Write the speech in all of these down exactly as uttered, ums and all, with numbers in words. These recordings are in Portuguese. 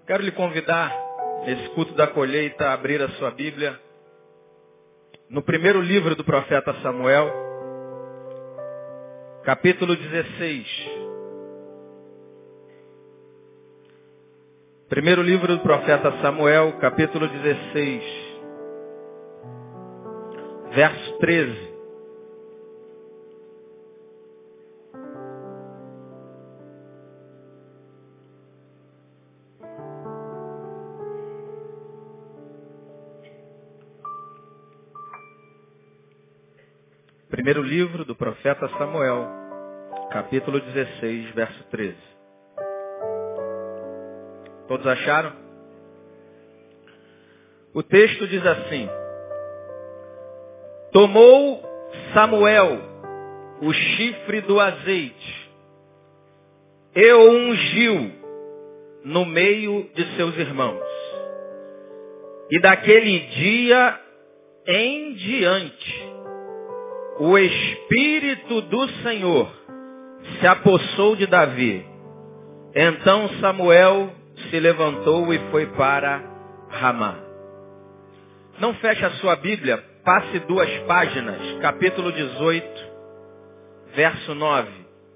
Quero lhe convidar, nesse culto da colheita, a abrir a sua Bíblia no primeiro livro do profeta Samuel, capítulo dezesseis. Primeiro livro do profeta Samuel, capítulo dezesseis, verso treze. Primeiro livro do profeta Samuel, capítulo dezesseis, verso treze. Todos acharam? O texto diz assim: tomou Samuel o chifre do azeite e o ungiu no meio de seus irmãos. E daquele dia em diante, o Espírito do Senhor se apossou de Davi. Então Samuel se levantou e foi para Ramá. Não feche a sua Bíblia, passe duas páginas, capítulo dezoito, verso nove.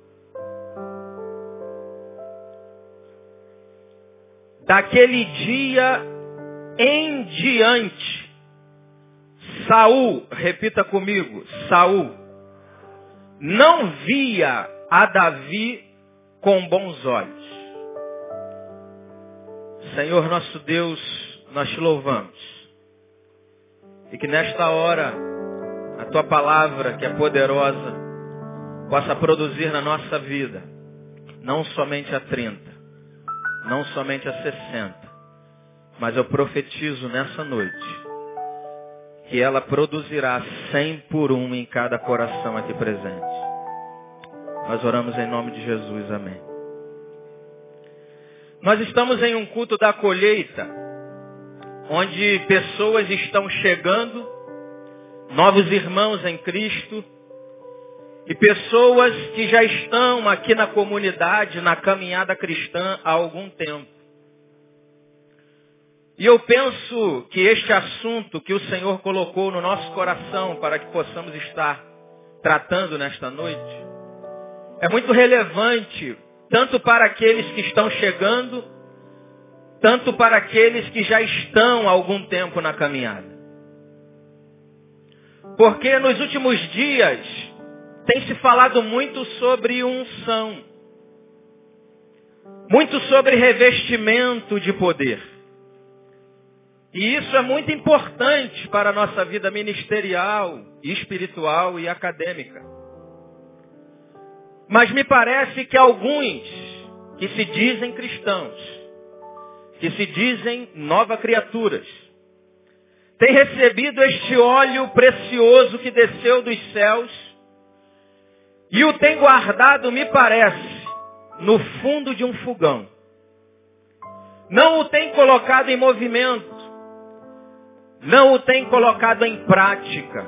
Daquele dia em diante, Saul, repita comigo, Saul, não via a Davi com bons olhos. Senhor nosso Deus, nós te louvamos. E que nesta hora, a tua palavra, que é poderosa, possa produzir na nossa vida, não somente a trinta, não somente a sessenta, mas eu profetizo nessa noite, que ela produzirá cem por um em cada coração aqui presente. Nós oramos em nome de Jesus, amém. Nós estamos em um culto da colheita, onde pessoas estão chegando, novos irmãos em Cristo, e pessoas que já estão aqui na comunidade, na caminhada cristã há algum tempo. E eu penso que este assunto que o Senhor colocou no nosso coração para que possamos estar tratando nesta noite é muito relevante, tanto para aqueles que estão chegando, tanto para aqueles que já estão há algum tempo na caminhada. Porque nos últimos dias tem se falado muito sobre unção, muito sobre revestimento de poder. E isso é muito importante para a nossa vida ministerial, espiritual e acadêmica. Mas me parece que alguns que se dizem cristãos, que se dizem novas criaturas, têm recebido este óleo precioso que desceu dos céus e o têm guardado, me parece, no fundo de um fogão. Não o têm colocado em movimento, não o têm colocado em prática.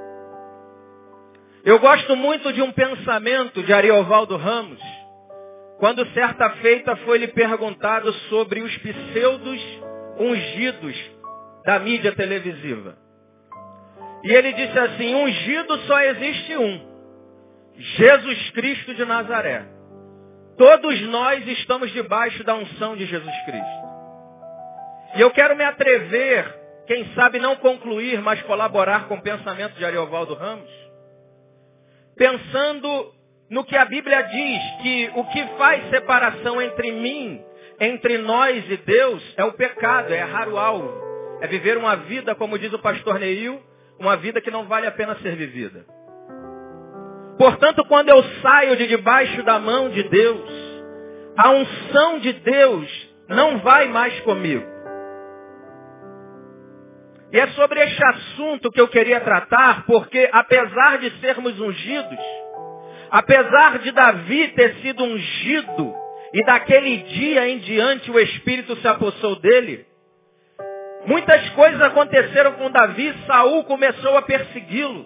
Eu gosto muito de um pensamento de Ariovaldo Ramos, quando certa feita foi-lhe perguntado sobre os pseudos ungidos da mídia televisiva. E ele disse assim: ungido só existe um, Jesus Cristo de Nazaré. Todos nós estamos debaixo da unção de Jesus Cristo. E eu quero me atrever, quem sabe não concluir, mas colaborar com o pensamento de Ariovaldo Ramos, pensando no que a Bíblia diz, que o que faz separação entre mim, entre nós e Deus, é o pecado, é errar o alvo, é viver uma vida, como diz o pastor Neil, uma vida que não vale a pena ser vivida. Portanto, quando eu saio de debaixo da mão de Deus, a unção de Deus não vai mais comigo. E é sobre este assunto que eu queria tratar, porque apesar de sermos ungidos, apesar de Davi ter sido ungido, e daquele dia em diante o Espírito se apossou dele, muitas coisas aconteceram com Davi. Saul começou a persegui-lo.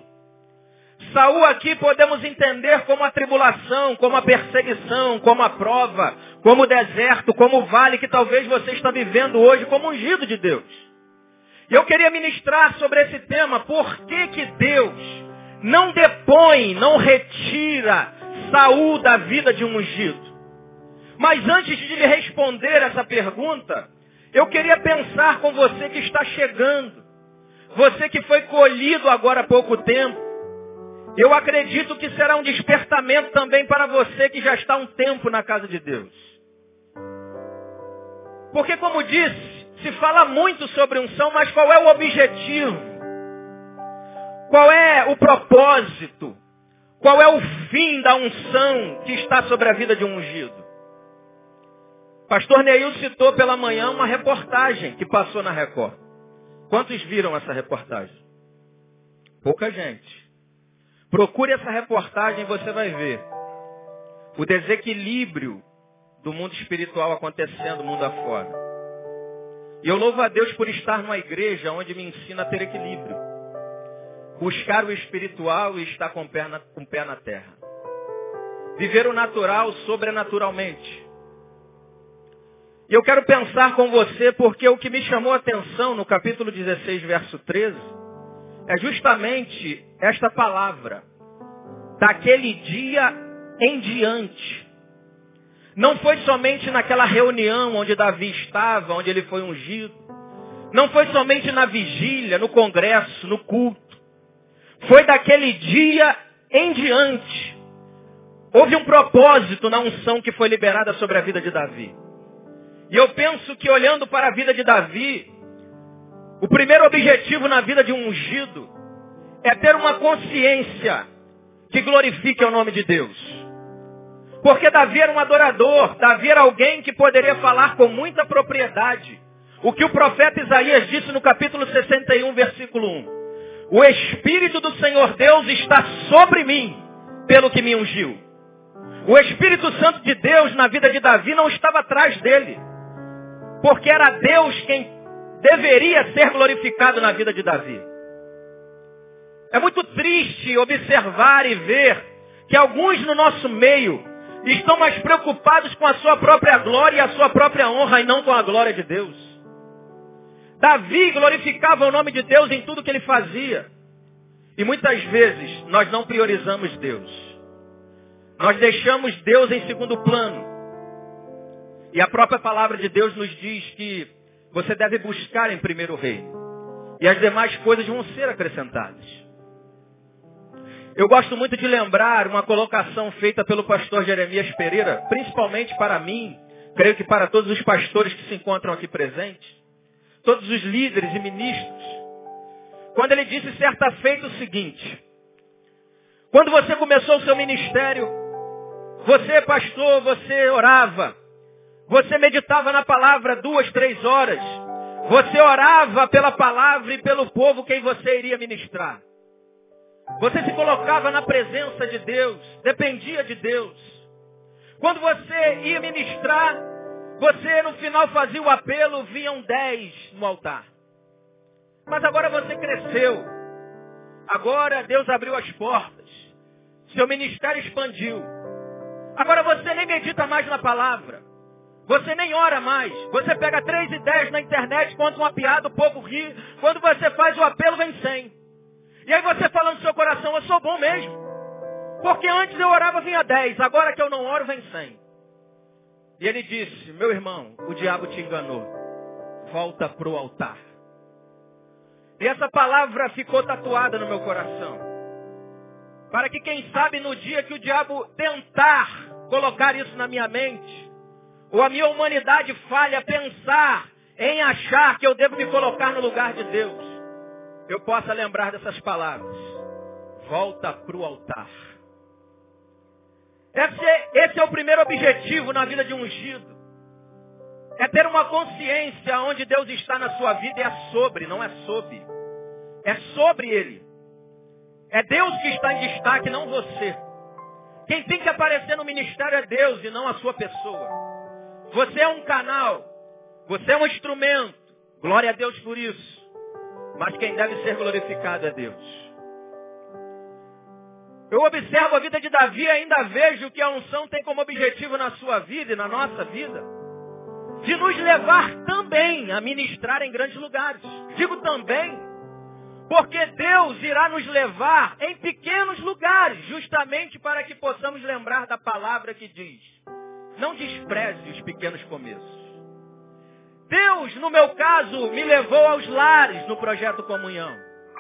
Saul aqui podemos entender como a tribulação, como a perseguição, como a prova, como o deserto, como o vale que talvez você está vivendo hoje como ungido de Deus. E eu queria ministrar sobre esse tema, por que que Deus não depõe, não retira Saul da vida de um ungido? Mas antes de lhe responder essa pergunta, eu queria pensar com você que está chegando, você que foi colhido agora há pouco tempo. Eu acredito que será um despertamento também para você que já está há um tempo na casa de Deus. Porque, como disse, se fala muito sobre unção, mas qual é o objetivo? Qual é o propósito? Qual é o fim da unção que está sobre a vida de um ungido? Pastor Neil citou pela manhã uma reportagem que passou na Record. Quantos viram essa reportagem? Pouca gente. Procure essa reportagem e você vai ver o desequilíbrio do mundo espiritual acontecendo mundo afora. E eu louvo a Deus por estar numa igreja onde me ensina a ter equilíbrio. Buscar o espiritual e estar com o pé na, com o pé na terra. Viver o natural sobrenaturalmente. E eu quero pensar com você porque o que me chamou a atenção no capítulo dezesseis, verso treze, é justamente esta palavra. Daquele dia em diante. Não foi somente naquela reunião onde Davi estava, onde ele foi ungido. Não foi somente na vigília, no congresso, no culto. Foi daquele dia em diante. Houve um propósito na unção que foi liberada sobre a vida de Davi. E eu penso que olhando para a vida de Davi, o primeiro objetivo na vida de um ungido é ter uma consciência que glorifique o nome de Deus. Porque Davi era um adorador, Davi era alguém que poderia falar com muita propriedade. O que o profeta Isaías disse no capítulo sessenta e um, versículo um. O Espírito do Senhor Deus está sobre mim, pelo que me ungiu. O Espírito Santo de Deus na vida de Davi não estava atrás dele. Porque era Deus quem deveria ser glorificado na vida de Davi. É muito triste observar e ver que alguns no nosso meio estão mais preocupados com a sua própria glória e a sua própria honra e não com a glória de Deus. Davi glorificava o nome de Deus em tudo que ele fazia. E muitas vezes nós não priorizamos Deus. Nós deixamos Deus em segundo plano. E a própria palavra de Deus nos diz que você deve buscar em primeiro reino. E as demais coisas vão ser acrescentadas. Eu gosto muito de lembrar uma colocação feita pelo pastor Jeremias Pereira, principalmente para mim, creio que para todos os pastores que se encontram aqui presentes, todos os líderes e ministros, quando ele disse certa feita o seguinte: quando você começou o seu ministério, você, pastor, você orava, você meditava na palavra duas, três horas, você orava pela palavra e pelo povo quem você iria ministrar. Você se colocava na presença de Deus, dependia de Deus. Quando você ia ministrar, você no final fazia o apelo, vinham dez no altar. Mas agora você cresceu. Agora Deus abriu as portas. Seu ministério expandiu. Agora você nem medita mais na palavra. Você nem ora mais. Você pega três e dez na internet, conta uma piada, o povo ri. Quando você faz o apelo, vem cem. E aí você fala no seu coração, eu sou bom mesmo. Porque antes eu orava, vinha dez. Agora que eu não oro, vem cem. E ele disse, meu irmão, o diabo te enganou. Volta para o altar. E essa palavra ficou tatuada no meu coração. Para que quem sabe no dia que o diabo tentar colocar isso na minha mente, ou a minha humanidade falha pensar em achar que eu devo me colocar no lugar de Deus, eu possa lembrar dessas palavras. Volta para o altar. Esse é, esse é o primeiro objetivo na vida de um ungido. É ter uma consciência onde Deus está na sua vida e é sobre, não é sob. É sobre Ele. É Deus que está em destaque, não você. Quem tem que aparecer no ministério é Deus e não a sua pessoa. Você é um canal. Você é um instrumento. Glória a Deus por isso. Mas quem deve ser glorificado é Deus. Eu observo a vida de Davi e ainda vejo que a unção tem como objetivo na sua vida e na nossa vida de nos levar também a ministrar em grandes lugares. Digo também, porque Deus irá nos levar em pequenos lugares, justamente para que possamos lembrar da palavra que diz: não despreze os pequenos começos. Deus, no meu caso, me levou aos lares no Projeto Comunhão,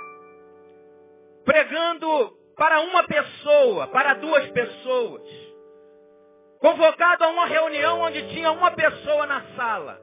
pregando para uma pessoa, para duas pessoas, convocado a uma reunião onde tinha uma pessoa na sala.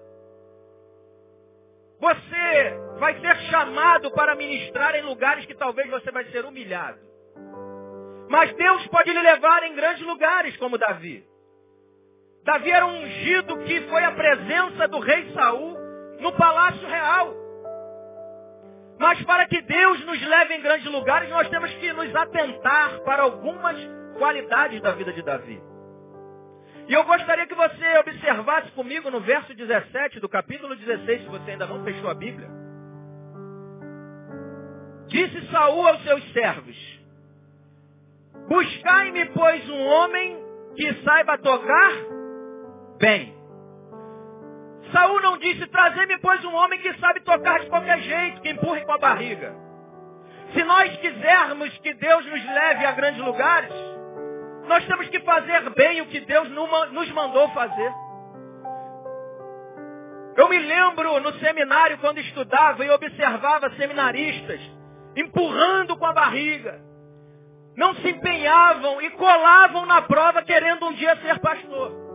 Você vai ser chamado para ministrar em lugares que talvez você vai ser humilhado. Mas Deus pode lhe levar em grandes lugares, como Davi. Davi era um ungido que foi à presença do rei Saul no palácio real. Mas para que Deus nos leve em grandes lugares, nós temos que nos atentar para algumas qualidades da vida de Davi. E eu gostaria que você observasse comigo no verso dezessete do capítulo dezesseis, se você ainda não fechou a Bíblia. Disse Saul aos seus servos: buscai-me, pois, um homem que saiba tocar bem. Saul não disse: trazei-me, pois, um homem que sabe tocar de qualquer jeito, que empurre com a barriga. Se nós quisermos que Deus nos leve a grandes lugares, nós temos que fazer bem o que Deus nos mandou fazer. Eu me lembro no seminário, quando estudava e observava seminaristas empurrando com a barriga. Não se empenhavam e colavam na prova querendo um dia ser pastor.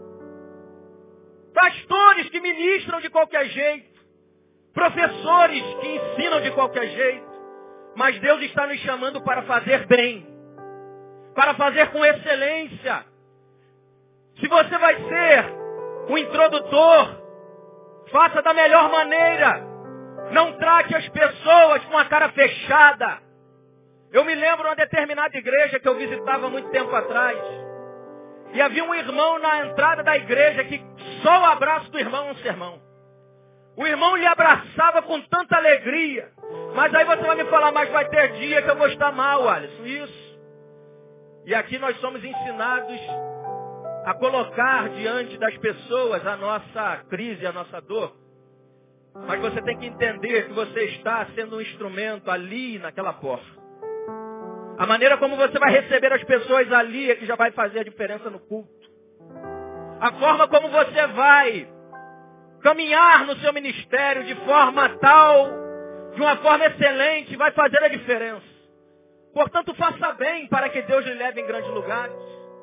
Pastores que ministram de qualquer jeito. Professores que ensinam de qualquer jeito. Mas Deus está nos chamando para fazer bem. Para fazer com excelência. Se você vai ser o introdutor, faça da melhor maneira. Não trate as pessoas com a cara fechada. Eu me lembro de uma determinada igreja que eu visitava muito tempo atrás. E havia um irmão na entrada da igreja que só o abraço do irmão é um sermão. O irmão lhe abraçava com tanta alegria. Mas aí você vai me falar: mas vai ter dia que eu vou estar mal, Alisson. Isso. E aqui nós somos ensinados a colocar diante das pessoas a nossa crise, a nossa dor. Mas você tem que entender que você está sendo um instrumento ali naquela porta. A maneira como você vai receber as pessoas ali é que já vai fazer a diferença no culto. A forma como você vai caminhar no seu ministério de forma tal, de uma forma excelente, vai fazer a diferença. Portanto, faça bem para que Deus lhe leve em grandes lugares.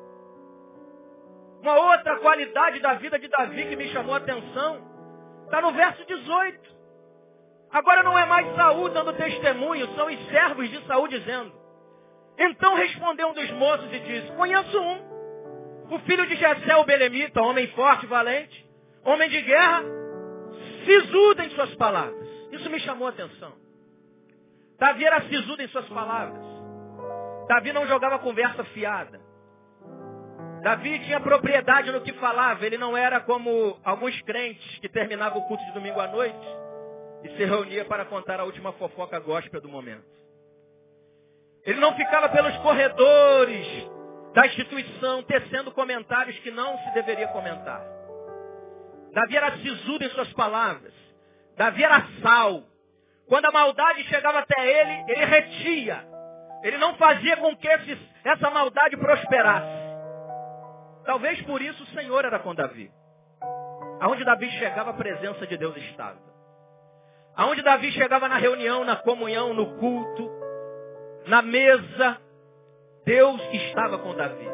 Uma outra qualidade da vida de Davi que me chamou a atenção está no verso dezoito. Agora não é mais Saul dando testemunho, são os servos de Saul dizendo: então respondeu um dos moços e disse: conheço um, o filho de Jessé o belemita, homem forte e valente, homem de guerra, sisudo em suas palavras. Isso me chamou a atenção. Davi era sisudo em suas palavras. Davi não jogava conversa fiada. Davi tinha propriedade no que falava. Ele não era como alguns crentes que terminavam o culto de domingo à noite e se reunia para contar a última fofoca gospel do momento. Ele não ficava pelos corredores da instituição tecendo comentários que não se deveria comentar. Davi era sisudo em suas palavras. Davi era sal. Quando a maldade chegava até ele, ele retia. Ele não fazia com que esse, essa maldade prosperasse. Talvez por isso o Senhor era com Davi. Aonde Davi chegava, a presença de Deus estava. Aonde Davi chegava na reunião, na comunhão, no culto, na mesa, Deus estava com Davi.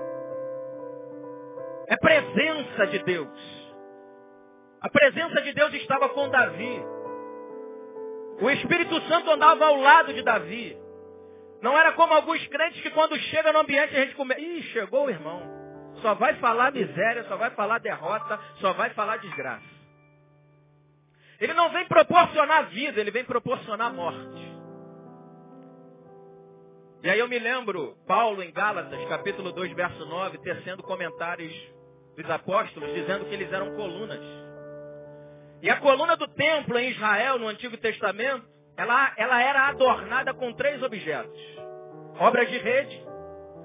É presença de Deus. A presença de Deus estava com Davi. O Espírito Santo andava ao lado de Davi. Não era como alguns crentes que quando chega no ambiente a gente começa: ih, chegou o irmão. Só vai falar miséria, só vai falar derrota, só vai falar desgraça. Ele não vem proporcionar vida, ele vem proporcionar morte. E aí eu me lembro, Paulo em Gálatas, capítulo dois, verso nove, tecendo comentários dos apóstolos, dizendo que eles eram colunas. E a coluna do templo em Israel, no Antigo Testamento, ela, ela era adornada com três objetos: obras de rede,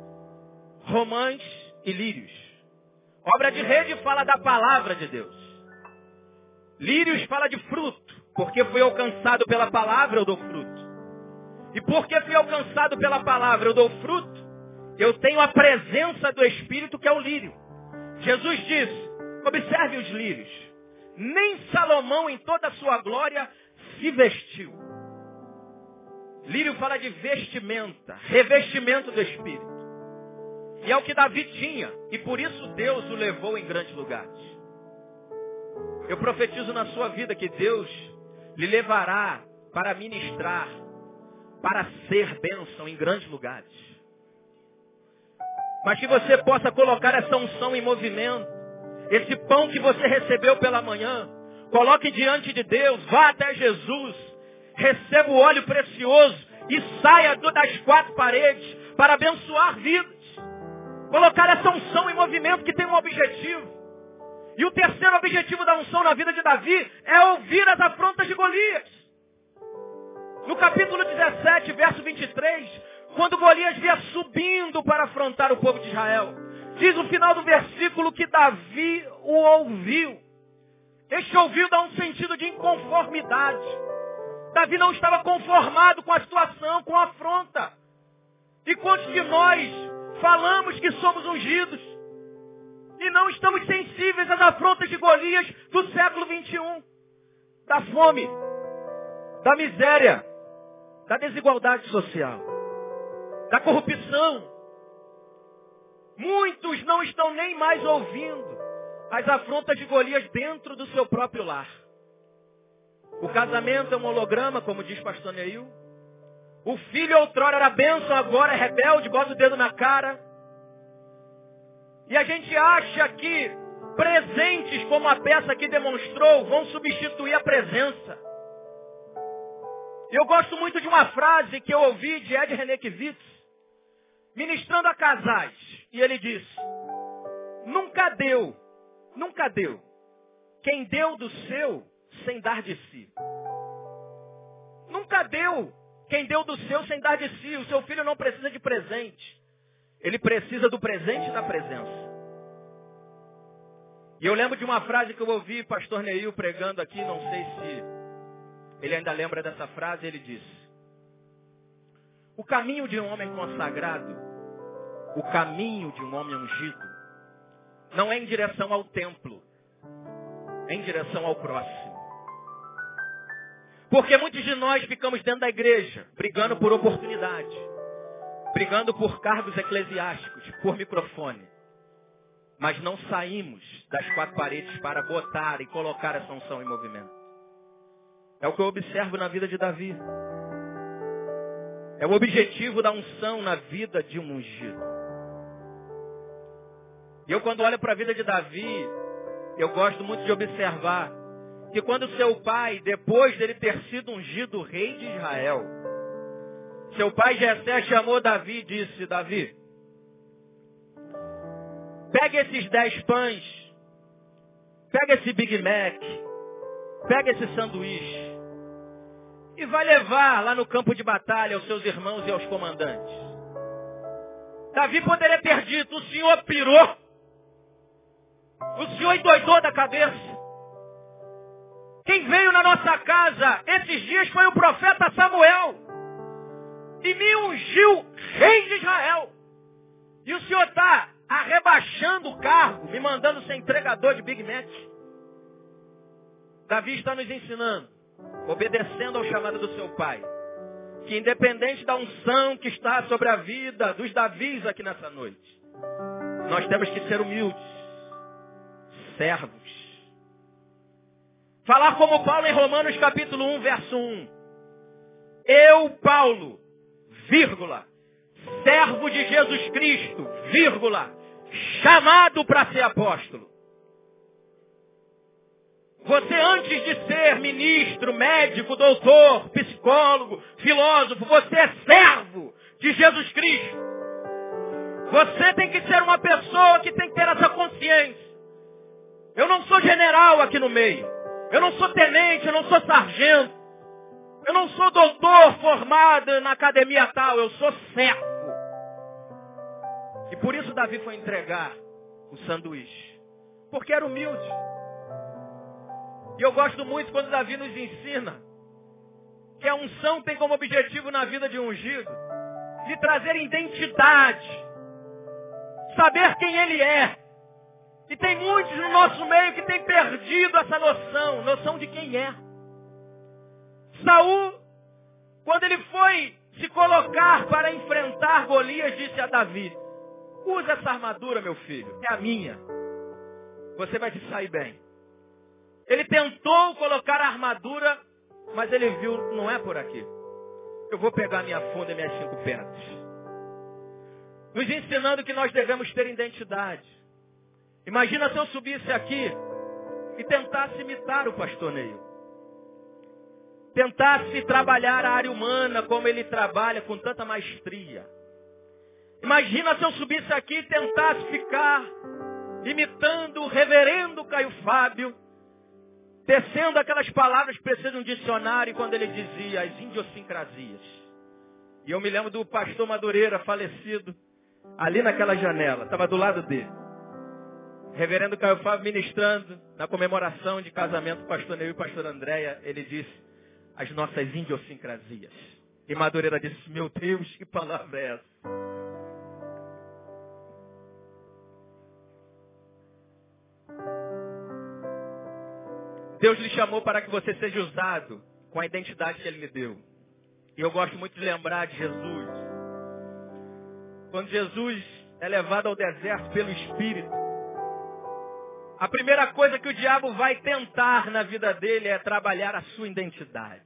romãs e lírios. Obra de rede fala da palavra de Deus. Lírios fala de fruto. Porque fui alcançado pela palavra, eu dou fruto. E porque fui alcançado pela palavra, eu dou fruto, eu tenho a presença do Espírito, que é o lírio. Jesus disse, observe os lírios. Nem Salomão, em toda a sua glória, se vestiu. Lírio fala de vestimenta, revestimento do Espírito. E é o que Davi tinha. E por isso Deus o levou em grandes lugares. Eu profetizo na sua vida que Deus lhe levará para ministrar, para ser bênção em grandes lugares. Mas que você possa colocar essa unção em movimento. Esse pão que você recebeu pela manhã, coloque diante de Deus, vá até Jesus, receba o óleo precioso e saia das quatro paredes para abençoar vidas. Colocar essa unção em movimento que tem um objetivo. E o terceiro objetivo da unção na vida de Davi é ouvir as afrontas de Golias. No capítulo dezessete, verso vinte e três, quando Golias vinha subindo para afrontar o povo de Israel, diz o final do versículo que Davi o ouviu. Este ouviu dá um sentido de inconformidade. Davi não estava conformado com a situação, com a afronta. E quantos de nós falamos que somos ungidos e não estamos sensíveis às afrontas de Golias do século vinte e um? Da fome, da miséria, da desigualdade social, da corrupção. Muitos não estão nem mais ouvindo as afrontas de Golias dentro do seu próprio lar. O casamento é um holograma, como diz pastor Neil. O filho outrora era bênção, agora é rebelde, bota o dedo na cara. E a gente acha que presentes, como a peça aqui demonstrou, vão substituir a presença. Eu gosto muito de uma frase que eu ouvi de Ed Renekiewicz, ministrando a casais. E ele disse, nunca deu, nunca deu quem deu do seu sem dar de si. Nunca deu quem deu do seu sem dar de si. O seu filho não precisa de presente. Ele precisa do presente da presença. E eu lembro de uma frase que eu ouvi pastor Neil pregando aqui, não sei se ele ainda lembra dessa frase, ele disse, o caminho de um homem consagrado, o caminho de um homem ungido, não é em direção ao templo, é em direção ao próximo. Porque muitos de nós ficamos dentro da igreja, brigando por oportunidade, brigando por cargos eclesiásticos, por microfone. Mas não saímos das quatro paredes para botar e colocar essa unção em movimento. É o que eu observo na vida de Davi. É o objetivo da unção na vida de um ungido. E eu quando olho para a vida de Davi, eu gosto muito de observar que quando seu pai, depois dele ter sido ungido rei de Israel, seu pai Jessé chamou Davi e disse, Davi, pega esses dez pães, pega esse Big Mac, pega esse sanduíche e vai levar lá no campo de batalha aos seus irmãos e aos comandantes. Davi poderia ter dito, o senhor pirou, o senhor endoidou da cabeça. Quem veio na nossa casa esses dias foi o profeta Samuel e me ungiu rei de Israel. E o senhor está arrebaixando o cargo, me mandando ser entregador de Big Mac. Davi está nos ensinando, obedecendo ao chamado do seu pai, que independente da unção que está sobre a vida dos Davis aqui nessa noite, nós temos que ser humildes, servos. Falar como Paulo em Romanos capítulo um, verso um. Eu, Paulo, vírgula, servo de Jesus Cristo, vírgula, chamado para ser apóstolo. Você antes de ser ministro, médico, doutor, psicólogo, filósofo, você é servo de Jesus Cristo. Você tem que ser uma pessoa que tem que ter essa consciência. Eu não sou general aqui no meio. Eu não sou tenente, eu não sou sargento. Eu não sou doutor formado na academia tal, eu sou servo. E por isso Davi foi entregar o sanduíche. Porque era humilde. E eu gosto muito quando Davi nos ensina que a unção tem como objetivo na vida de um ungido de trazer identidade. Saber quem ele é. E tem muitos no nosso meio que têm perdido essa noção, noção de quem é. Saul, quando ele foi se colocar para enfrentar Golias, disse a Davi: usa essa armadura, meu filho, é a minha. Você vai se sair bem. Ele tentou colocar a armadura, mas ele viu, não é por aqui. Eu vou pegar minha funda e minhas cinco pedras. Nos ensinando que nós devemos ter identidade. Imagina se eu subisse aqui e tentasse imitar o pastor Neil. Tentasse trabalhar a área humana como ele trabalha com tanta maestria. Imagina se eu subisse aqui e tentasse ficar imitando o reverendo Caio Fábio, tecendo aquelas palavras que precisam de um dicionário quando ele dizia as idiosincrasias. E eu me lembro do pastor Madureira, falecido, ali naquela janela, estava do lado dele. Reverendo Caio Fábio ministrando na comemoração de casamento do pastor Neil e pastor Andréia, ele disse as nossas idiosincrasias. E Madureira disse: meu Deus, que palavra é essa? Deus lhe chamou para que você seja usado com a identidade que Ele lhe deu. E eu gosto muito de lembrar de Jesus. Quando Jesus é levado ao deserto pelo Espírito, a primeira coisa que o diabo vai tentar na vida dele é trabalhar a sua identidade.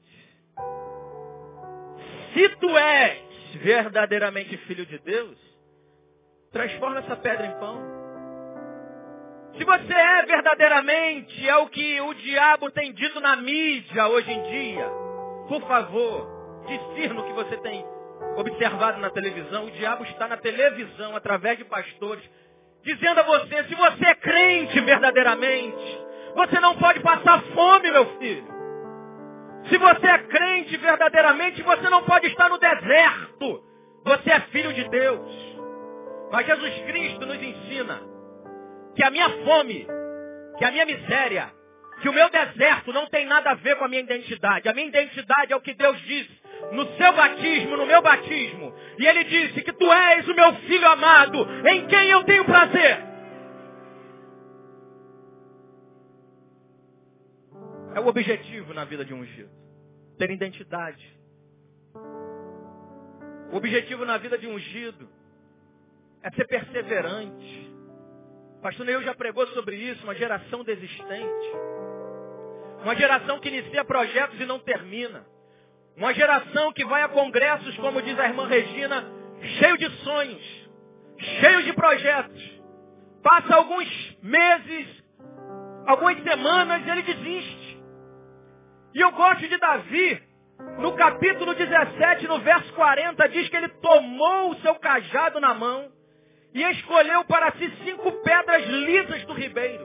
Se tu és verdadeiramente filho de Deus, transforma essa pedra em pão. Se você é verdadeiramente, é o que o diabo tem dito na mídia hoje em dia, por favor, discirna o que você tem observado na televisão. O diabo está na televisão, através de pastores, dizendo a você: se você é crente verdadeiramente, você não pode passar fome, meu filho. Se você é crente verdadeiramente, você não pode estar no deserto. Você é filho de Deus. Mas Jesus Cristo nos ensina que a minha fome, que a minha miséria, que o meu deserto não tem nada a ver com a minha identidade. A minha identidade é o que Deus disse no seu batismo, no meu batismo. E Ele disse que tu és o meu filho amado, em quem eu tenho prazer. É o objetivo na vida de um ungido. Ter identidade. O objetivo na vida de um ungido é ser perseverante. Pastor Neil já pregou sobre isso, uma geração desistente. Uma geração que inicia projetos e não termina. Uma geração que vai a congressos, como diz a irmã Regina, cheio de sonhos, cheio de projetos. Passa alguns meses, algumas semanas e ele desiste. E eu gosto de Davi, no capítulo dezessete, no verso quarenta, diz que ele tomou o seu cajado na mão e escolheu para si cinco pedras lisas do ribeiro.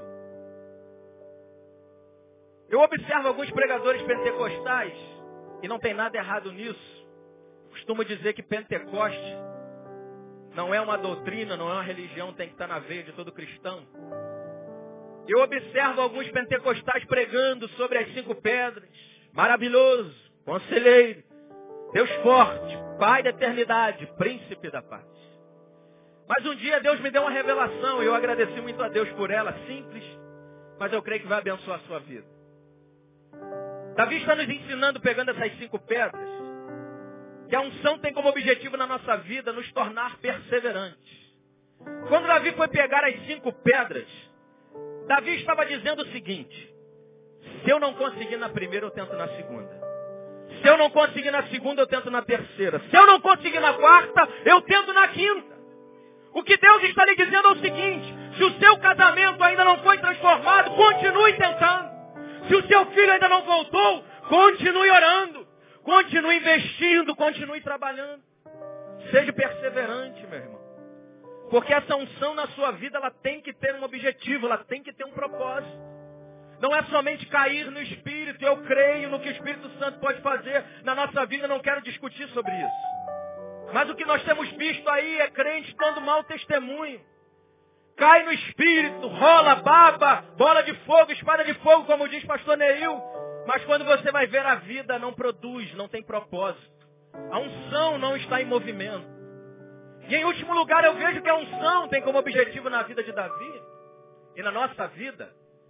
Eu observo alguns pregadores pentecostais, e não tem nada errado nisso. Costumo dizer que Pentecoste não é uma doutrina, não é uma religião, tem que estar na veia de todo cristão. Eu observo alguns pentecostais pregando sobre as cinco pedras. Maravilhoso, conselheiro, Deus forte, Pai da eternidade, príncipe da paz. Mas um dia Deus me deu uma revelação e eu agradeci muito a Deus por ela, simples, mas eu creio que vai abençoar a sua vida. Davi está nos ensinando, pegando essas cinco pedras, que a unção tem como objetivo na nossa vida nos tornar perseverantes. Quando Davi foi pegar as cinco pedras, Davi estava dizendo o seguinte: se eu não conseguir na primeira, eu tento na segunda. Se eu não conseguir na segunda, eu tento na terceira. Se eu não conseguir na quarta, eu tento na quinta. O que Deus está lhe dizendo é o seguinte: se o seu casamento ainda não foi transformado, continue tentando. Se o seu filho ainda não voltou, continue orando. Continue investindo, continue trabalhando. Seja perseverante, meu irmão. Porque essa unção na sua vida, ela tem que ter um objetivo, ela tem que ter um propósito. Não é somente cair no Espírito. Eu creio no que o Espírito Santo pode fazer na nossa vida, eu não quero discutir sobre isso. Mas o que nós temos visto aí é crente dando mau testemunho. Cai no espírito, rola, baba, bola de fogo, espada de fogo, como diz pastor Neil. Mas quando você vai ver, a vida não produz, não tem propósito. A unção não está em movimento. E em último lugar, eu vejo que a unção tem como objetivo na vida de Davi e na nossa vida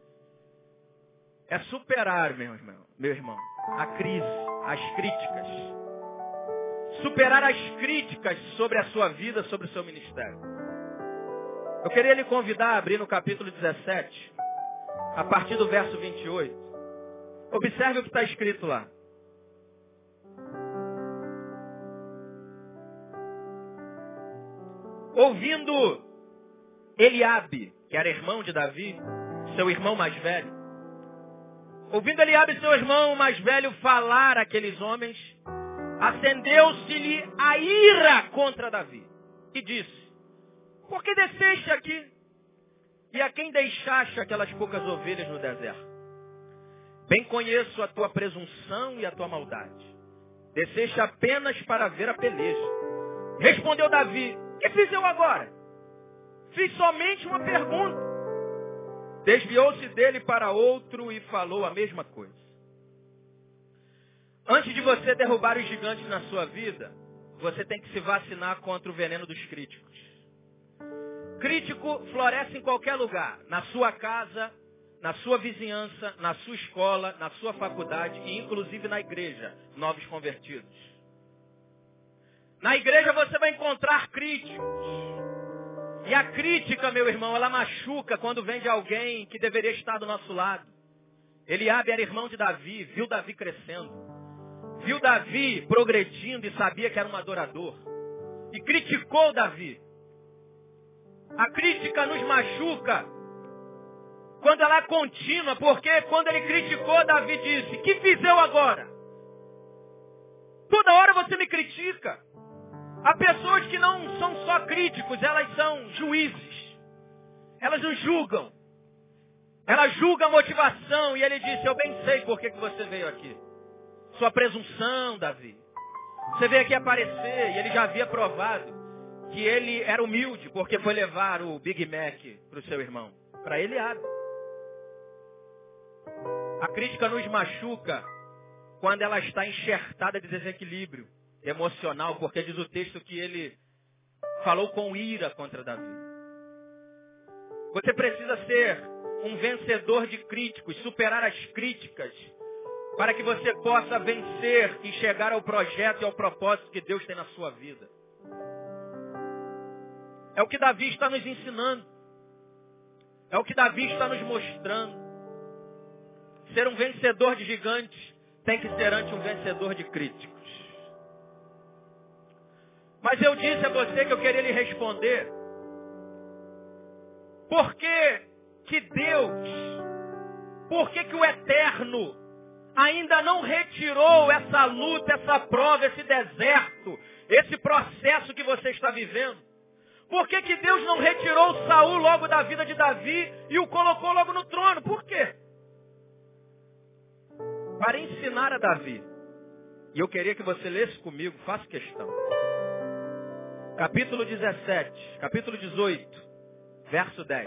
é superar, meu irmão, meu irmão, a crise, as críticas. Superar as críticas sobre a sua vida, sobre o seu ministério. Eu queria lhe convidar a abrir no capítulo dezessete, a partir do verso vinte e oito. Observe o que está escrito lá. Ouvindo Eliabe, que era irmão de Davi, seu irmão mais velho. Ouvindo Eliabe, seu irmão mais velho, falar àqueles homens, acendeu-se-lhe a ira contra Davi. E disse, por que desceste aqui? E a quem deixaste aquelas poucas ovelhas no deserto? Bem conheço a tua presunção e a tua maldade. Desceste apenas para ver a peleja. Respondeu Davi, o que fiz eu agora? Fiz somente uma pergunta. Desviou-se dele para outro e falou a mesma coisa. Antes de você derrubar os gigantes na sua vida, você tem que se vacinar contra o veneno dos críticos. Crítico floresce em qualquer lugar. Na sua casa, na sua vizinhança, na sua escola, na sua faculdade e inclusive na igreja, novos convertidos. Na igreja você vai encontrar críticos. E a crítica, meu irmão, ela machuca quando vem de alguém que deveria estar do nosso lado. Eliabe era irmão de Davi, viu Davi crescendo. Viu Davi progredindo e sabia que era um adorador. E criticou Davi. A crítica nos machuca quando ela é contínua, porque quando ele criticou, Davi disse, que fiz eu agora? Toda hora você me critica. Há pessoas que não são só críticos, elas são juízes. Elas nos julgam. Elas julgam a motivação. E ele disse, eu bem sei por que que você veio aqui. Sua presunção, Davi. Você veio aqui aparecer e ele já havia provado que ele era humilde porque foi levar o Big Mac para o seu irmão. Para ele, abre. A crítica nos machuca quando ela está enxertada de desequilíbrio emocional, porque diz o texto que ele falou com ira contra Davi. Você precisa ser um vencedor de críticos, superar as críticas, para que você possa vencer e chegar ao projeto e ao propósito que Deus tem na sua vida. É o que Davi está nos ensinando. É o que Davi está nos mostrando. Ser um vencedor de gigantes tem que ser antes um vencedor de críticos. Mas eu disse a você que eu queria lhe responder. Por que que Deus, por que que o Eterno ainda não retirou essa luta, essa prova, esse deserto, esse processo que você está vivendo? Por que que Deus não retirou Saul logo da vida de Davi e o colocou logo no trono? Por quê? Para ensinar a Davi. E eu queria que você lesse comigo, faça questão. Capítulo dezessete, capítulo dezoito, verso dez.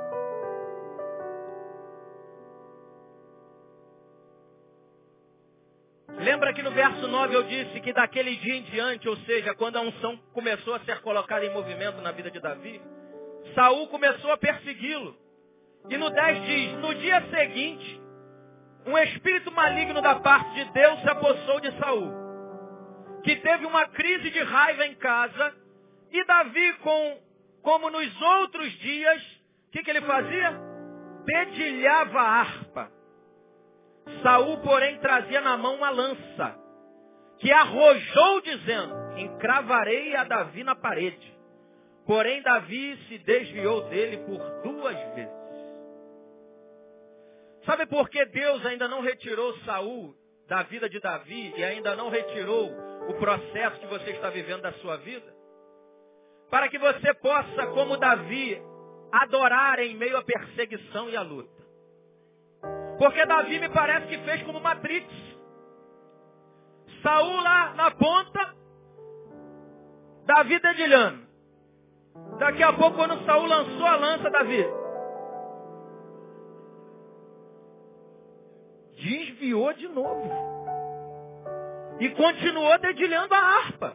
Lembra que no verso nove eu disse que daquele dia em diante, ou seja, quando a unção começou a ser colocada em movimento na vida de Davi, Saul começou a persegui-lo. E no dez diz, no dia seguinte, um espírito maligno da parte de Deus se apossou de Saul, que teve uma crise de raiva em casa, e Davi, com, como nos outros dias, o que, que ele fazia? Dedilhava a harpa. Saul, porém, trazia na mão uma lança, que arrojou dizendo, encravarei a Davi na parede. Porém, Davi se desviou dele por duas vezes. Sabe por que Deus ainda não retirou Saul da vida de Davi e ainda não retirou o processo que você está vivendo da sua vida? Para que você possa, como Davi, adorar em meio à perseguição e à luta. Porque Davi me parece que fez como Matrix. Saul lá na ponta, Davi dedilhando. Daqui a pouco, quando Saul lançou a lança, Davi desviou de novo. E continuou dedilhando a harpa.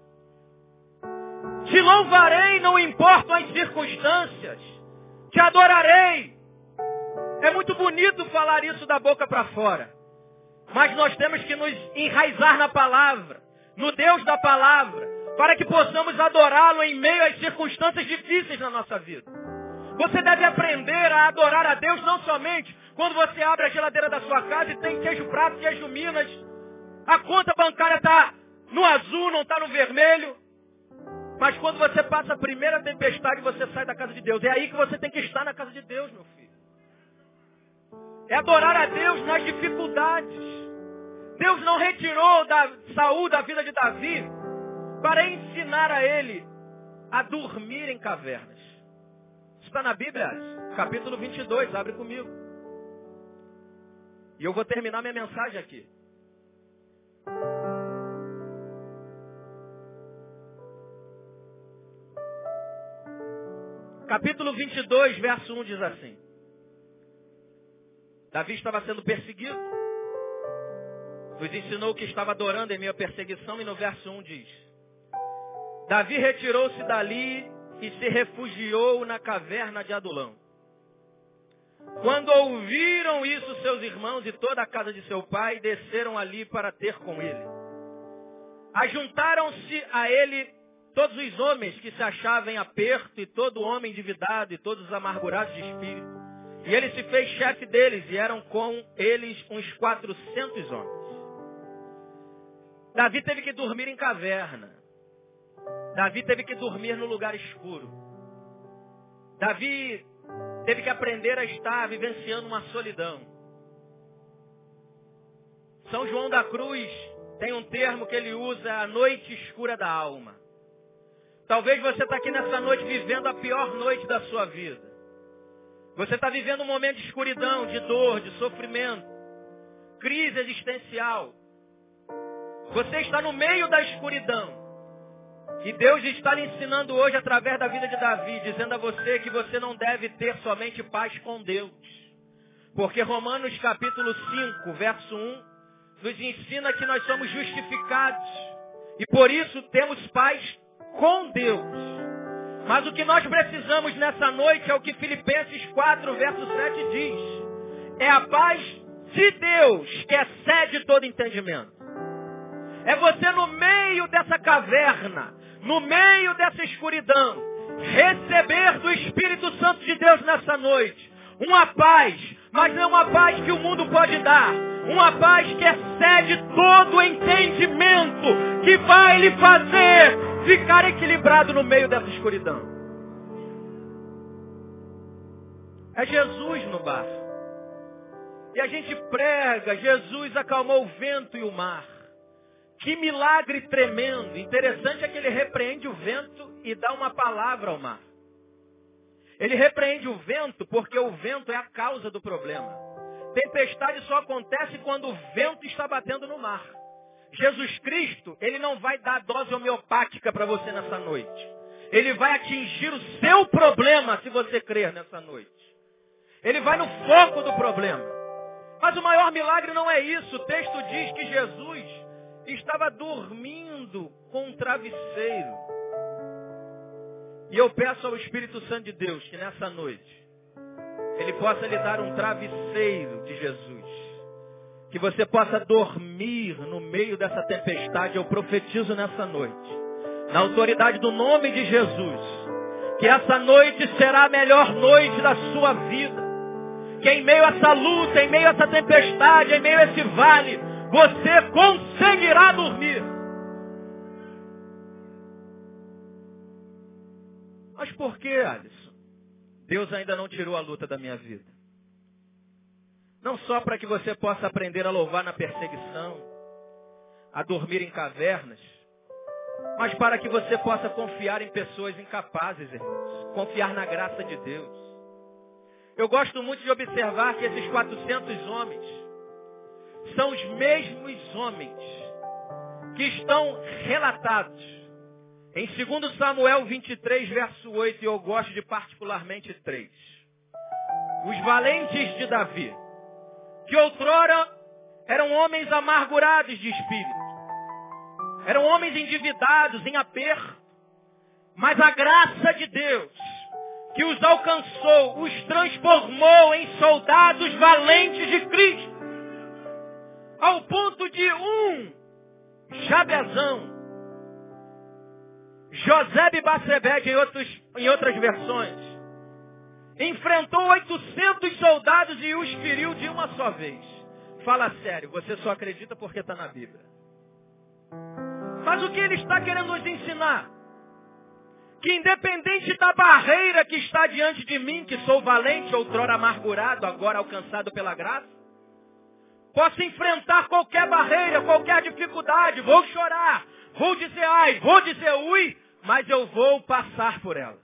Te louvarei, não importam as circunstâncias. Te adorarei. É muito bonito falar isso da boca para fora. Mas nós temos que nos enraizar na palavra, no Deus da palavra, para que possamos adorá-lo em meio às circunstâncias difíceis na nossa vida. Você deve aprender a adorar a Deus não somente quando você abre a geladeira da sua casa e tem queijo prato, queijo Minas, a conta bancária está no azul, não está no vermelho. Mas quando você passa a primeira tempestade, você sai da casa de Deus. É aí que você tem que estar na casa de Deus, meu filho. É adorar a Deus nas dificuldades. Deus não retirou da Saul da vida de Davi para ensinar a ele a dormir em cavernas. Isso está na Bíblia, capítulo vinte e dois, abre comigo. E eu vou terminar minha mensagem aqui. Capítulo vinte e dois, verso um diz assim. Davi estava sendo perseguido. Nos ensinou que estava adorando em meio à perseguição e no verso um diz. Davi retirou-se dali e se refugiou na caverna de Adulão. Quando ouviram isso, seus irmãos e toda a casa de seu pai desceram ali para ter com ele. Ajuntaram-se a ele todos os homens que se achavam em aperto e todo homem endividado e todos os amargurados de espírito. E ele se fez chefe deles e eram com eles uns quatrocentos homens. Davi teve que dormir em caverna. Davi teve que dormir no lugar escuro. Davi teve que aprender a estar vivenciando uma solidão. São João da Cruz tem um termo que ele usa, a noite escura da alma. Talvez você está aqui nessa noite vivendo a pior noite da sua vida. Você está vivendo um momento de escuridão, de dor, de sofrimento, crise existencial. Você está no meio da escuridão. E Deus está lhe ensinando hoje através da vida de Davi, dizendo a você que você não deve ter somente paz com Deus. Porque Romanos capítulo cinco, verso um, nos ensina que nós somos justificados. E por isso temos paz com Deus. Mas o que nós precisamos nessa noite é o que Filipenses quatro, verso sete diz. É a paz de Deus que excede todo entendimento. É você no meio dessa caverna, no meio dessa escuridão, receber do Espírito Santo de Deus nessa noite uma paz, mas não uma paz que o mundo pode dar. Uma paz que excede todo entendimento, que vai lhe fazer ficar equilibrado no meio dessa escuridão. É Jesus no bar. E a gente prega, Jesus acalmou o vento e o mar. Que milagre tremendo. Interessante é que ele repreende o vento e dá uma palavra ao mar. Ele repreende o vento porque o vento é a causa do problema. Tempestade só acontece quando o vento está batendo no mar. Jesus Cristo, ele não vai dar dose homeopática para você nessa noite. Ele vai atingir o seu problema se você crer nessa noite. Ele vai no foco do problema. Mas o maior milagre não é isso. O texto diz que Jesus estava dormindo com um travesseiro. E eu peço ao Espírito Santo de Deus que nessa noite Ele possa lhe dar um travesseiro de Jesus. Que você possa dormir no meio dessa tempestade. Eu profetizo nessa noite, na autoridade do nome de Jesus, que essa noite será a melhor noite da sua vida. Que em meio a essa luta, em meio a essa tempestade, em meio a esse vale, você conseguirá dormir. Mas por que, Alisson? Deus ainda não tirou a luta da minha vida. Não só para que você possa aprender a louvar na perseguição, a dormir em cavernas, mas para que você possa confiar em pessoas incapazes, irmãos. Confiar na graça de Deus. Eu gosto muito de observar que esses quatrocentos homens são os mesmos homens que estão relatados Em segundo Samuel vinte e três, verso oito, e eu gosto de particularmente três. Os valentes de Davi, que outrora eram homens amargurados de espírito, eram homens endividados, em aperto, mas a graça de Deus, que os alcançou, os transformou em soldados valentes de Cristo, ao ponto de um Jabezão, José Batsebede em, outros, em outras versões, enfrentou oitocentos soldados e os feriu de uma só vez. Fala sério, você só acredita porque está na Bíblia. Mas o que ele está querendo nos ensinar? Que independente da barreira que está diante de mim, que sou valente, outrora amargurado, agora alcançado pela graça, posso enfrentar qualquer barreira, qualquer dificuldade, vou chorar, vou dizer ai, vou dizer ui, mas eu vou passar por ela.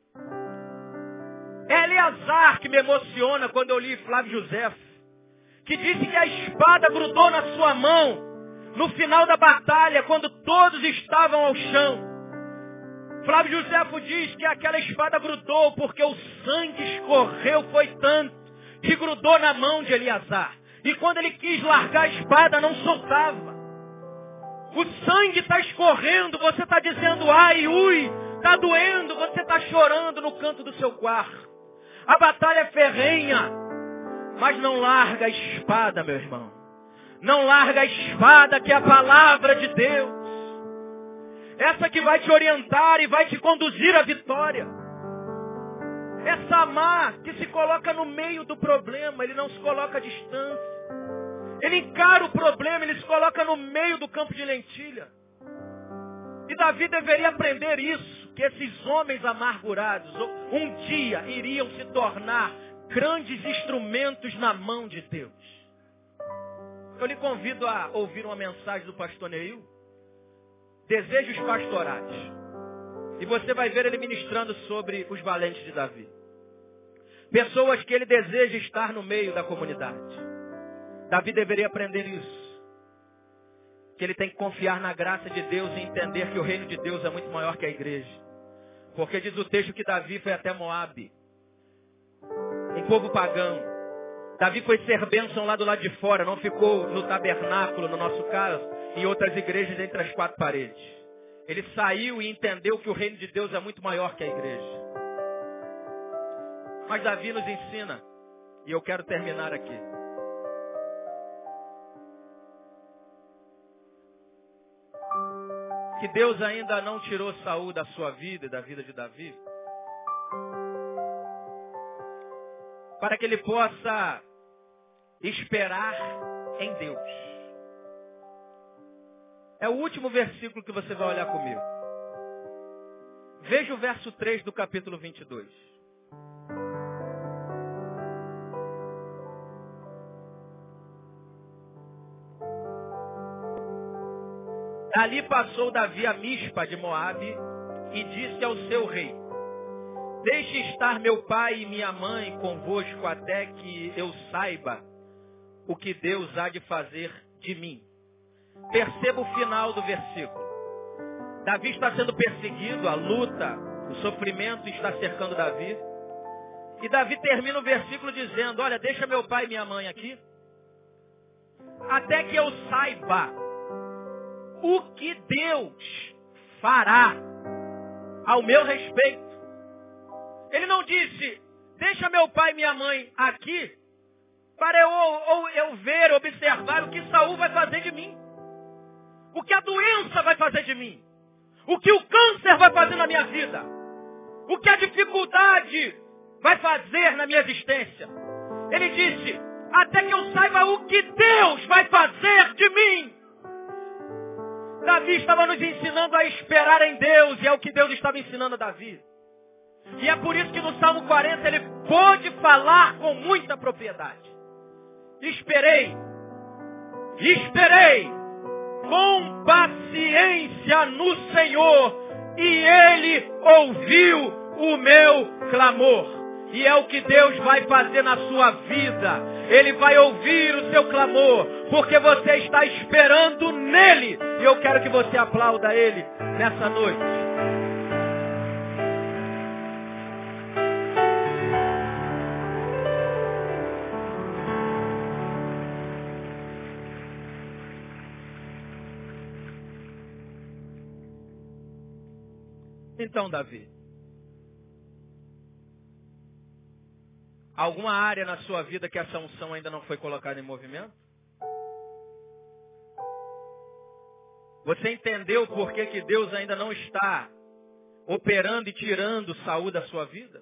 É Eleazar que me emociona quando eu li Flávio José, que disse que a espada grudou na sua mão no final da batalha, quando todos estavam ao chão. Flávio José diz que aquela espada grudou porque o sangue escorreu, foi tanto, que grudou na mão de Eleazar. E quando ele quis largar a espada, não soltava. O sangue está escorrendo, você está dizendo ai, ui, está doendo, você está chorando no canto do seu quarto. A batalha é ferrenha, mas não larga a espada, meu irmão. Não larga a espada que é a palavra de Deus. Essa que vai te orientar e vai te conduzir à vitória. É Samar que se coloca no meio do problema, ele não se coloca à distância. Ele encara o problema, ele se coloca no meio do campo de lentilha. E Davi deveria aprender isso, que esses homens amargurados um dia iriam se tornar grandes instrumentos na mão de Deus. Eu lhe convido a ouvir uma mensagem do pastor Neil, Desejos Pastorais. E você vai ver ele ministrando sobre os valentes de Davi. Pessoas que ele deseja estar no meio da comunidade. Davi deveria aprender isso. Que ele tem que confiar na graça de Deus e entender que o reino de Deus é muito maior que a igreja. Porque diz o texto que Davi foi até Moabe, um povo pagão. Davi foi ser bênção lá do lado de fora, não ficou no tabernáculo, no nosso caso, em outras igrejas entre as quatro paredes. Ele saiu e entendeu que o reino de Deus é muito maior que a igreja. Mas Davi nos ensina, e eu quero terminar aqui. Que Deus ainda não tirou Saul da sua vida e da vida de Davi, para que ele possa esperar em Deus. É o último versículo que você vai olhar comigo. Veja o verso três do capítulo vinte e dois. Ali passou Davi a Mispa de Moabe e disse ao seu rei: deixe estar meu pai e minha mãe convosco até que eu saiba o que Deus há de fazer de mim. Perceba o final do versículo. Davi está sendo perseguido, a luta, o sofrimento está cercando Davi. E Davi termina o versículo dizendo: olha, deixa meu pai e minha mãe aqui, até que eu saiba o que Deus fará ao meu respeito. Ele não disse, deixa meu pai e minha mãe aqui, para eu, ou, eu ver, observar o que Saul vai fazer de mim. O que a doença vai fazer de mim. O que o câncer vai fazer na minha vida. O que a dificuldade vai fazer na minha existência. Ele disse, até que eu saiba o que Deus vai fazer de mim. Davi estava nos ensinando a esperar em Deus, e é o que Deus estava ensinando a Davi. E é por isso que no Salmo quarenta ele pôde falar com muita propriedade. Esperei, esperei com paciência no Senhor, e Ele ouviu o meu clamor. E é o que Deus vai fazer na sua vida. Ele vai ouvir o seu clamor, porque você está esperando nele. E eu quero que você aplauda Ele nessa noite. Então, Davi, alguma área na sua vida que essa unção ainda não foi colocada em movimento? Você entendeu por que que Deus ainda não está operando e tirando Saul da sua vida?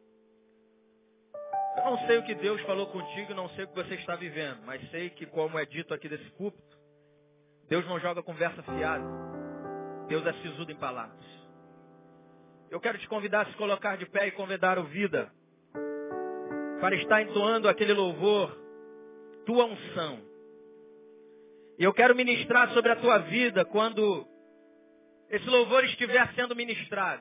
Eu não sei o que Deus falou contigo, não sei o que você está vivendo, mas sei que, como é dito aqui desse púlpito, Deus não joga conversa fiada. Deus é sisudo em palavras. Eu quero te convidar a se colocar de pé e convidar o Vida para estar entoando aquele louvor, tua unção. E eu quero ministrar sobre a tua vida quando esse louvor estiver sendo ministrado.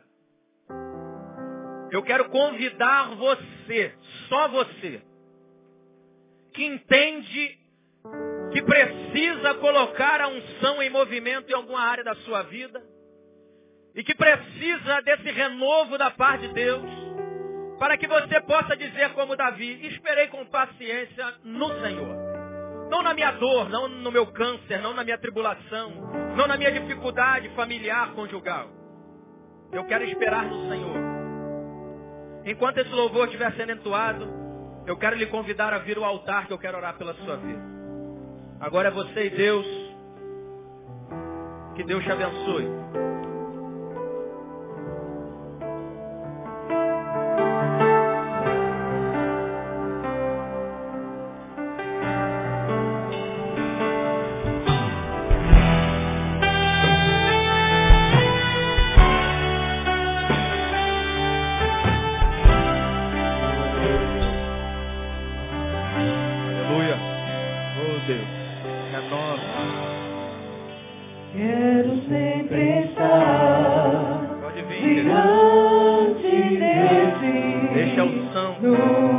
Eu quero convidar você, só você, que entende que precisa colocar a unção em movimento em alguma área da sua vida e que precisa desse renovo da parte de Deus, para que você possa dizer como Davi, esperei com paciência no Senhor. Não na minha dor, não no meu câncer, não na minha tribulação, não na minha dificuldade familiar, conjugal. Eu quero esperar no Senhor. Enquanto esse louvor estiver sendo entoado, eu quero lhe convidar a vir ao altar que eu quero orar pela sua vida. Agora é você e Deus. Que Deus te abençoe. No